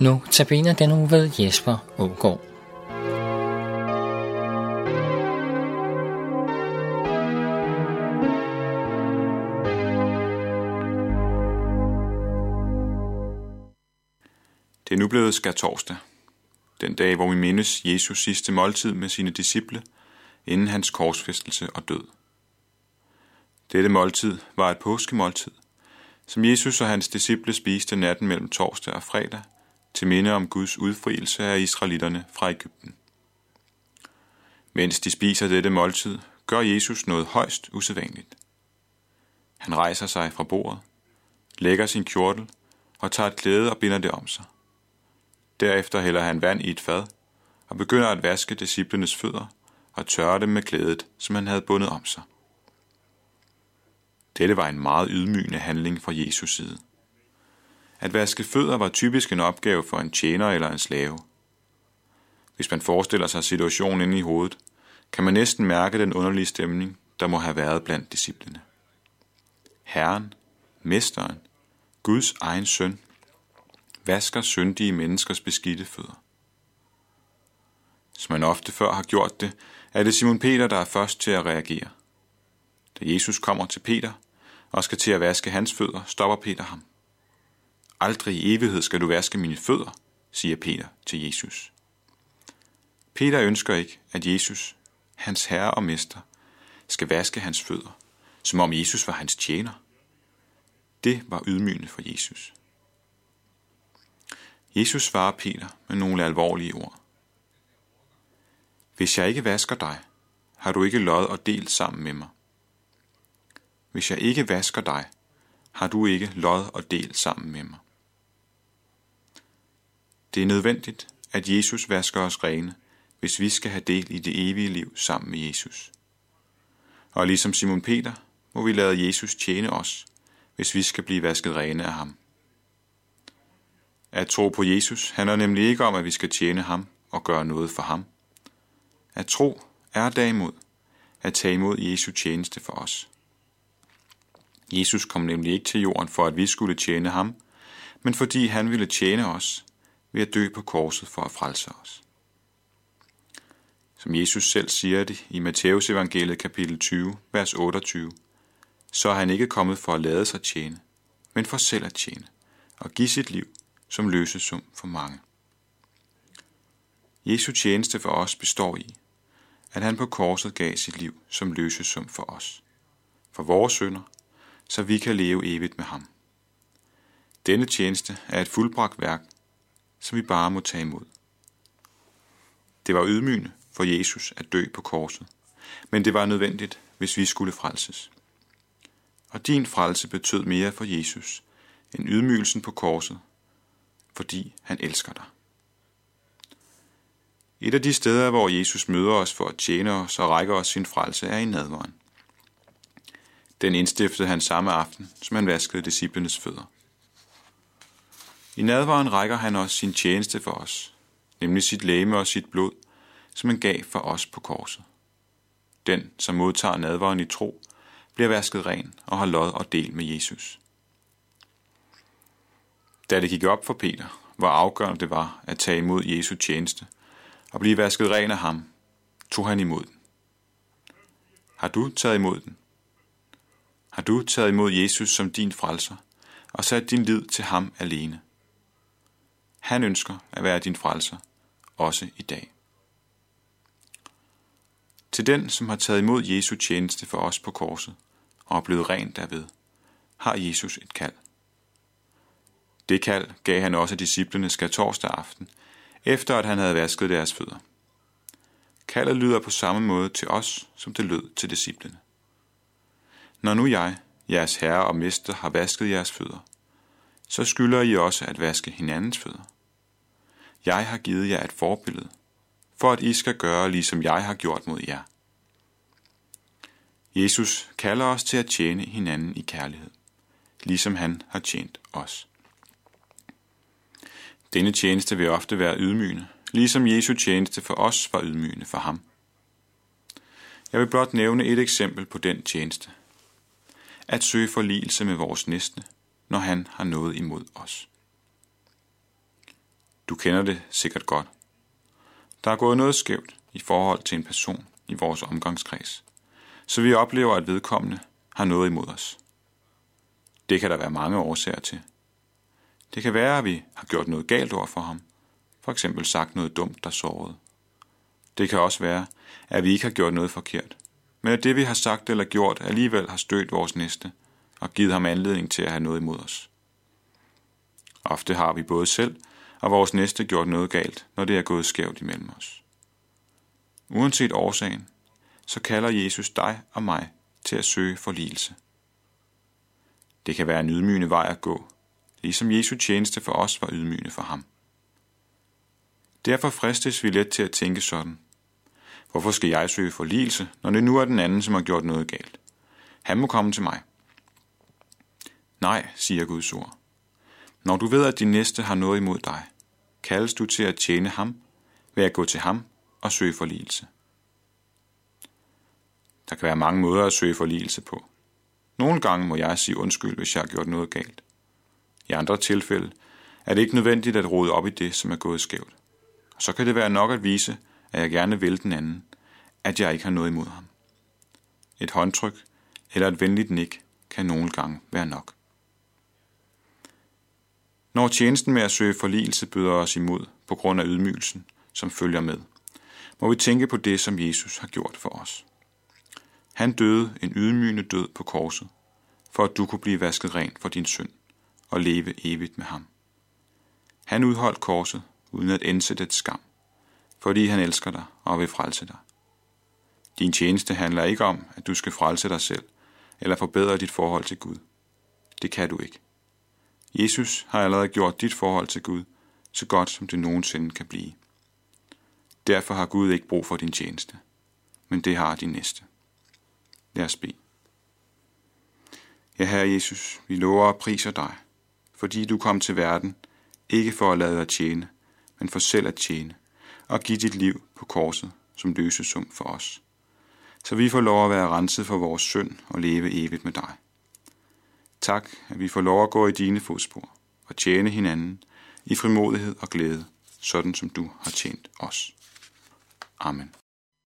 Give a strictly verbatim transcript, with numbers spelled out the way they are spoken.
Nu tabiner den uge ved Jesper Aagaard. Det er nu blevet skærtorsdag, den dag, hvor vi mindes Jesus sidste måltid med sine disciple, inden hans korsfæstelse og død. Dette måltid var et påskemåltid, som Jesus og hans disciple spiste natten mellem torsdag og fredag, til minde om Guds udfrielse af israelitterne fra Egypten. Mens de spiser dette måltid, gør Jesus noget højst usædvanligt. Han rejser sig fra bordet, lægger sin kjortel og tager et klæde og binder det om sig. Derefter hælder han vand i et fad og begynder at vaske disciplenes fødder og tørre dem med klædet, som han havde bundet om sig. Dette var en meget ydmygende handling fra Jesus side. At vaske fødder var typisk en opgave for en tjener eller en slave. Hvis man forestiller sig situationen inde i hovedet, kan man næsten mærke den underlige stemning, der må have været blandt disciplene. Herren, Mesteren, Guds egen søn, vasker syndige menneskers beskidte fødder. Som man ofte før har gjort det, er det Simon Peter, der er først til at reagere. Da Jesus kommer til Peter og skal til at vaske hans fødder, stopper Peter ham. Aldrig i evighed skal du vaske mine fødder, siger Peter til Jesus. Peter ønsker ikke, at Jesus, hans herre og mester, skal vaske hans fødder, som om Jesus var hans tjener. Det var ydmygende for Jesus. Jesus svarer Peter med nogle alvorlige ord. Hvis jeg ikke vasker dig, har du ikke lod og del sammen med mig. Hvis jeg ikke vasker dig, har du ikke lod og del sammen med mig. Det er nødvendigt, at Jesus vasker os rene, hvis vi skal have del i det evige liv sammen med Jesus. Og ligesom Simon Peter, må vi lade Jesus tjene os, hvis vi skal blive vasket rene af ham. At tro på Jesus handler nemlig ikke om, at vi skal tjene ham og gøre noget for ham. At tro er derimod at tage imod Jesu tjeneste for os. Jesus kom nemlig ikke til jorden for, at vi skulle tjene ham, men fordi han ville tjene os ved at dø på korset for at frelse os. Som Jesus selv siger det i Matthæus evangeliet kapitel tyve, vers otteogtyve, så er han ikke kommet for at lade sig tjene, men for selv at tjene og give sit liv som løsesum for mange. Jesu tjeneste for os består i, at han på korset gav sit liv som løsesum for os, for vores synder, så vi kan leve evigt med ham. Denne tjeneste er et fuldbragt værk, som vi bare må tage imod. Det var ydmygende for Jesus at dø på korset, men det var nødvendigt, hvis vi skulle frelses. Og din frelse betød mere for Jesus end ydmygelsen på korset, fordi han elsker dig. Et af de steder, hvor Jesus møder os for at tjene os og rækker os sin frelse, er i nadveren. Den indstiftede han samme aften, som han vaskede disciplenes fødder. I nadveren rækker han os sin tjeneste for os, nemlig sit legeme og sit blod, som han gav for os på korset. Den, som modtager nadveren i tro, bliver vasket ren og har lod og del med Jesus. Da det gik op for Peter, hvor afgørende det var at tage imod Jesu tjeneste og blive vasket ren af ham, tog han imod den. Har du taget imod den? Har du taget imod Jesus som din frelser og sat din lid til ham alene? Han ønsker at være din frelser, også i dag. Til den, som har taget imod Jesu tjeneste for os på korset og er blevet ren derved, har Jesus et kald. Det kald gav han også disciplene skærtorsdag aften, efter at han havde vasket deres fødder. Kaldet lyder på samme måde til os, som det lød til disciplene. Når nu jeg, jeres herre og mester, har vasket jeres fødder, så skylder I også at vaske hinandens fødder. Jeg har givet jer et forbillede, for at I skal gøre, ligesom jeg har gjort mod jer. Jesus kalder os til at tjene hinanden i kærlighed, ligesom han har tjent os. Denne tjeneste vil ofte være ydmygende, ligesom Jesu tjeneste for os var ydmygende for ham. Jeg vil blot nævne et eksempel på den tjeneste. At søge forligelse med vores næste, når han har noget imod os. Du kender det sikkert godt. Der er gået noget skævt i forhold til en person i vores omgangskreds, så vi oplever, at vedkommende har noget imod os. Det kan der være mange årsager til. Det kan være, at vi har gjort noget galt over for ham, for eksempel sagt noget dumt, der sårede. Det kan også være, at vi ikke har gjort noget forkert, men at det, vi har sagt eller gjort, alligevel har stødt vores næste og givet ham anledning til at have noget imod os. Ofte har vi både selv og vores næste gjort noget galt, når det er gået skævt imellem os. Uanset årsagen, så kalder Jesus dig og mig til at søge forligelse. Det kan være en ydmygende vej at gå, ligesom Jesu tjeneste for os var ydmygende for ham. Derfor fristes vi let til at tænke sådan: hvorfor skal jeg søge forligelse, når det nu er den anden, som har gjort noget galt? Han må komme til mig. Nej, siger Guds ord. Når du ved, at din næste har noget imod dig, kaldes du til at tjene ham ved at gå til ham og søge forligelse. Der kan være mange måder at søge forligelse på. Nogle gange må jeg sige undskyld, hvis jeg har gjort noget galt. I andre tilfælde er det ikke nødvendigt at rode op i det, som er gået skævt. Og så kan det være nok at vise, at jeg gerne vil den anden, at jeg ikke har noget imod ham. Et håndtryk eller et venligt nik kan nogle gange være nok. Når tjenesten med at søge forligelse byder os imod på grund af ydmygelsen, som følger med, må vi tænke på det, som Jesus har gjort for os. Han døde en ydmygende død på korset, for at du kunne blive vasket ren for din synd og leve evigt med ham. Han udholdt korset uden at indsætte et skam, fordi han elsker dig og vil frelse dig. Din tjeneste handler ikke om, at du skal frelse dig selv eller forbedre dit forhold til Gud. Det kan du ikke. Jesus har allerede gjort dit forhold til Gud så godt, som det nogensinde kan blive. Derfor har Gud ikke brug for din tjeneste, men det har din næste. Lad os bede. Ja, Herre Jesus, vi lover og priser dig, fordi du kom til verden, ikke for at lade dig tjene, men for selv at tjene, og give dit liv på korset som løsesum for os. Så vi får lov at være renset for vores synd og leve evigt med dig. Tak, at vi får lov at gå i dine fodspor og tjene hinanden i frimodighed og glæde, sådan som du har tjent os. Amen.